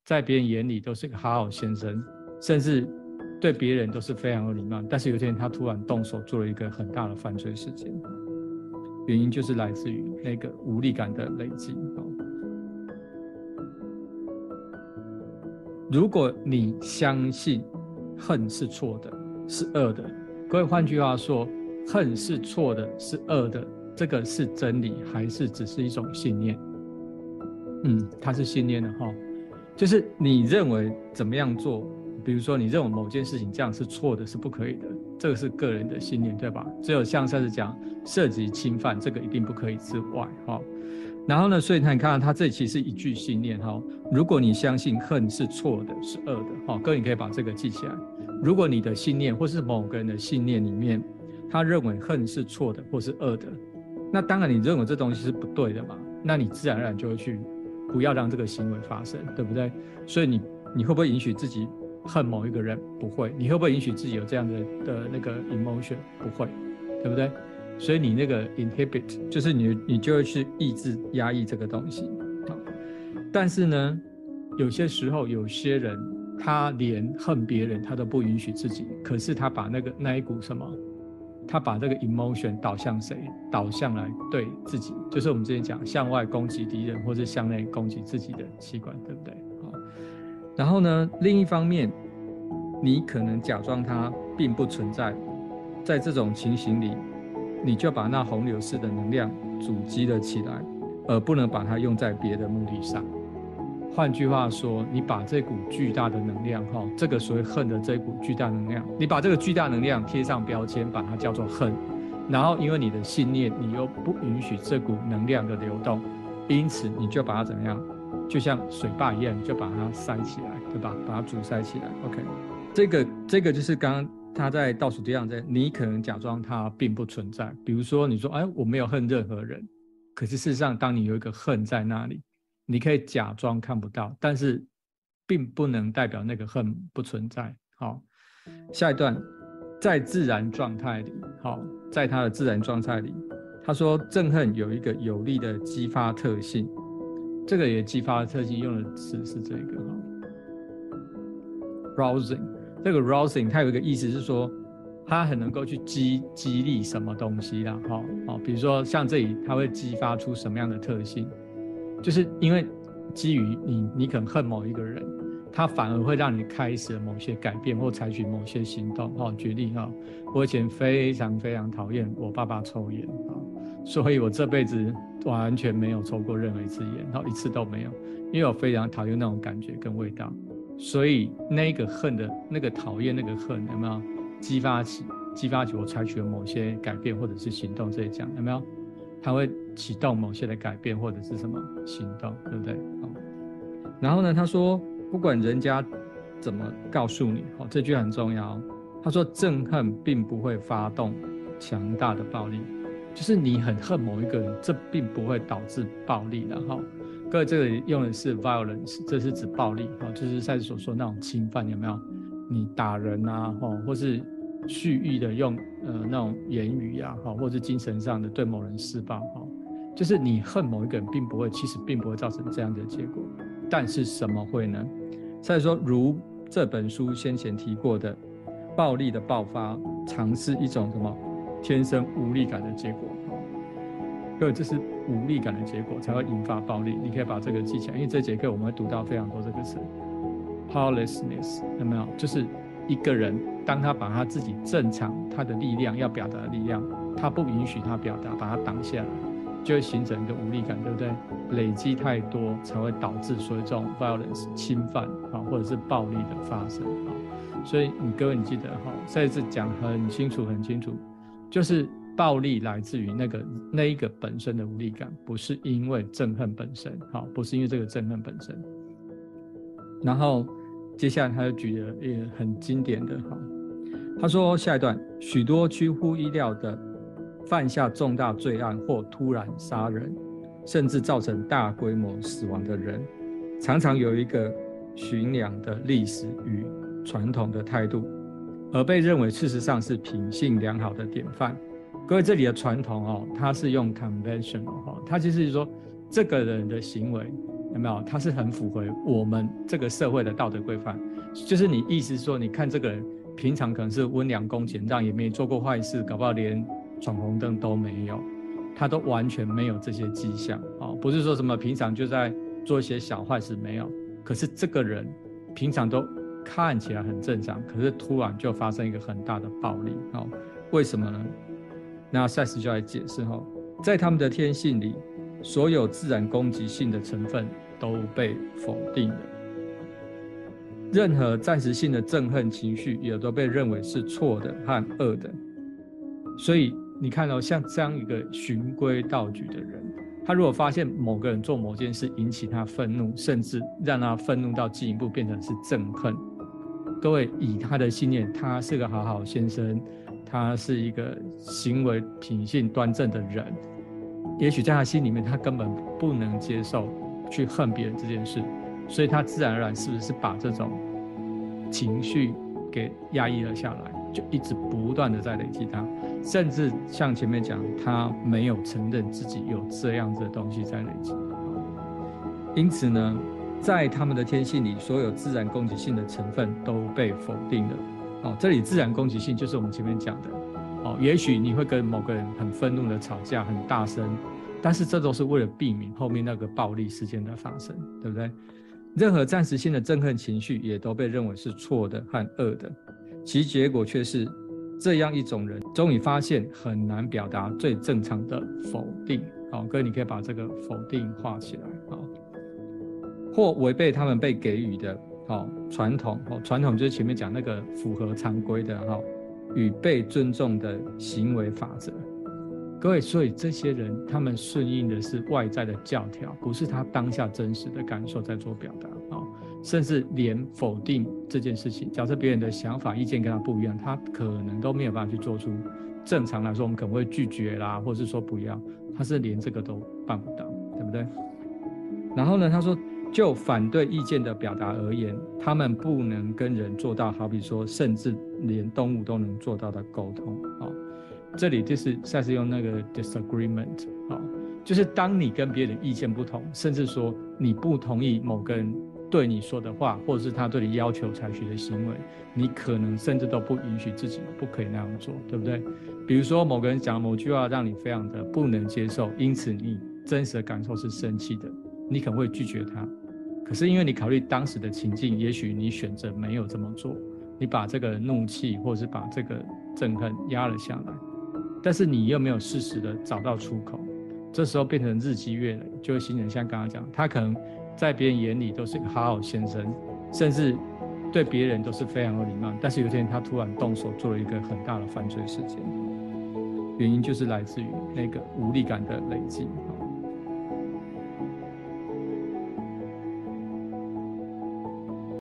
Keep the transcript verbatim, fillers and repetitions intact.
在别人眼里都是个好好先生，甚至对别人都是非常有礼貌，但是有一天他突然动手做了一个很大的犯罪事件，原因就是来自于那个无力感的累积。如果你相信恨是错的，是恶的，各位，换句话说，恨是错的，是恶的，这个是真理还是只是一种信念？嗯，它是信念的哈，就是你认为怎么样做，比如说你认为某件事情这样是错的，是不可以的，这个是个人的信念，对吧？只有像上次讲涉及侵犯，这个一定不可以之外，哈。然后呢，所以你看到它这里其实是一句信念哈。如果你相信恨是错的，是恶的，哈，各位你可以把这个记起来。如果你的信念或是某个人的信念里面，他认为恨是错的或是恶的，那当然你认为这东西是不对的嘛，那你自然而然就会去不要让这个行为发生，对不对？所以你你会不会允许自己恨某一个人？不会。你会不会允许自己有这样的的那个 emotion？ 不会，对不对？所以你那个 inhibit 就是你你就会去抑制压抑这个东西。但是呢，有些时候有些人他连恨别人他都不允许自己，可是他把那个那一股什么，他把这个 emotion 导向谁？导向来对自己，就是我们之前讲向外攻击敌人或是向内攻击自己的器官，对不对？然后呢，另一方面你可能假装它并不存在，在这种情形里你就把那洪流式的能量阻击了起来，而不能把它用在别的目的上。换句话说，你把这股巨大的能量，这个所谓恨的这股巨大能量，你把这个巨大能量贴上标签，把它叫做恨，然后因为你的信念，你又不允许这股能量的流动，因此你就把它怎么样，就像水坝一样，就把它塞起来，对吧？把它阻塞起来。 OK， 这个这个就是刚刚他在倒数第二章，你可能假装它并不存在。比如说你说哎，我没有恨任何人，可是事实上当你有一个恨在那里，你可以假装看不到，但是并不能代表那个恨不存在。好，下一段，在自然状态里，好，在它的自然状态里，他说憎恨有一个有力的激发特性，这个也激发的特性用的词是这个 rousing， 这个 rousing 它有一个意思是说它很能够去激激励什么东西啦，好，好，比如说像这里它会激发出什么样的特性，就是因为基于你你可能恨某一个人，他反而会让你开始某些改变或采取某些行动。哦，举例哈，我以前非常非常讨厌我爸爸抽烟啊，所以我这辈子完全没有抽过任何一次烟，然后一次都没有，因为我非常讨厌那种感觉跟味道，所以那个恨的那个讨厌那个恨有没有激发起激发起我采取了某些改变或者是行动，这一讲有没有？它会启动某些的改变或者是什么行动，对不对？哦，然后呢，他说不管人家怎么告诉你，哦，这句很重要。他说憎恨并不会发动强大的暴力，就是你很恨某一个人，这并不会导致暴力的。哈，各位这里用的是 violence， 这是指暴力，就是赛斯所说那种侵犯，有没有？你打人啊，或是蓄意的用呃那种言语啊，或是精神上的对某人施暴，就是你恨某一个人，并不会，其实并不会造成这样的结果。但是什么会呢？所以说，如这本书先前提过的，暴力的爆发常是一种什么天生无力感的结果。对，这是无力感的结果才会引发暴力。你可以把这个记起来，因为这节课我们会读到非常多这个词 ，powerlessness， 有没有？就是一个人当他把他自己正常他的力量要表达的力量，他不允许他表达，把他挡下来，就会形成一个无力感，对不对？累积太多才会导致所谓这种 violence 侵犯啊，或者是暴力的发生啊。所以你各位你记得哈，再一次讲很清楚很清楚，就是暴力来自于那个那一个本身的无力感，不是因为憎恨本身，好，不是因为这个憎恨本身。然后接下来他就举了一个很经典的哈，他说下一段，许多出乎意料的犯下重大罪案或突然杀人，甚至造成大规模死亡的人，常常有一个驯良的历史与传统的态度，而被认为事实上是品性良好的典范。各位，这里的传统哦，它是用 conventional 哦，它其实是说这个人的行为有没有？他是很符合我们这个社会的道德规范。就是你意思说，你看这个人平常可能是温良恭俭让，也没做过坏事，搞不好连闯红灯都没有，他都完全没有这些迹象。哦，不是说什么平常就在做一些小坏事，没有。可是这个人平常都看起来很正常，可是突然就发生一个很大的暴力。哦，为什么呢？那赛斯就来解释。哦，在他们的天性里，所有自然攻击性的成分都被否定了，任何暂时性的憎恨情绪也都被认为是错的和恶的。所以你看哦，像这样一个循规蹈矩的人，他如果发现某个人做某件事引起他愤怒，甚至让他愤怒到进一步变成是憎恨，各位以他的信念，他是个好好先生，他是一个行为品性端正的人，也许在他心里面他根本不能接受去恨别人这件事，所以他自然而然是不是把这种情绪给压抑了下来，就一直不断的在累积它，甚至像前面讲，他没有承认自己有这样子的东西在累积。因此呢，在他们的天性里，所有自然攻击性的成分都被否定了。哦，这里自然攻击性就是我们前面讲的。哦，也许你会跟某个人很愤怒的吵架，很大声，但是这都是为了避免后面那个暴力事件的发生，对不对？任何暂时性的憎恨情绪也都被认为是错的和恶的，其结果却是这样一种人终于发现很难表达最正常的否定。好，各位你可以把这个否定画起来。好，或违背他们被给予的传统，传统就是前面讲那个符合常规的与被尊重的行为法则。各位，所以这些人他们顺应的是外在的教条，不是他当下真实的感受在做表达。哦，甚至连否定这件事情，假设别人的想法意见跟他不一样，他可能都没有办法去做出，正常来说我们可能会拒绝啦，或是说不要，他是连这个都办不到，对不对？然后呢，他说就反对意见的表达而言，他们不能跟人做到好比说甚至连动物都能做到的沟通。哦，这里就是赛斯用那个 disagreement。哦，就是当你跟别人意见不同，甚至说你不同意某个人对你说的话，或者是他对你要求采取的行为，你可能甚至都不允许自己不可以那样做，对不对？比如说某个人讲某句话让你非常的不能接受，因此你真实的感受是生气的，你可能会拒绝他，可是因为你考虑当时的情境，也许你选择没有这么做，你把这个怒气或者是把这个憎恨压了下来，但是你又没有适时的找到出口，这时候变成日积月累，就会形成像刚刚讲，他可能在别人眼里都是一个好好先生，甚至对别人都是非常有礼貌，但是有一天他突然动手做了一个很大的犯罪事件，原因就是来自于那个无力感的累积。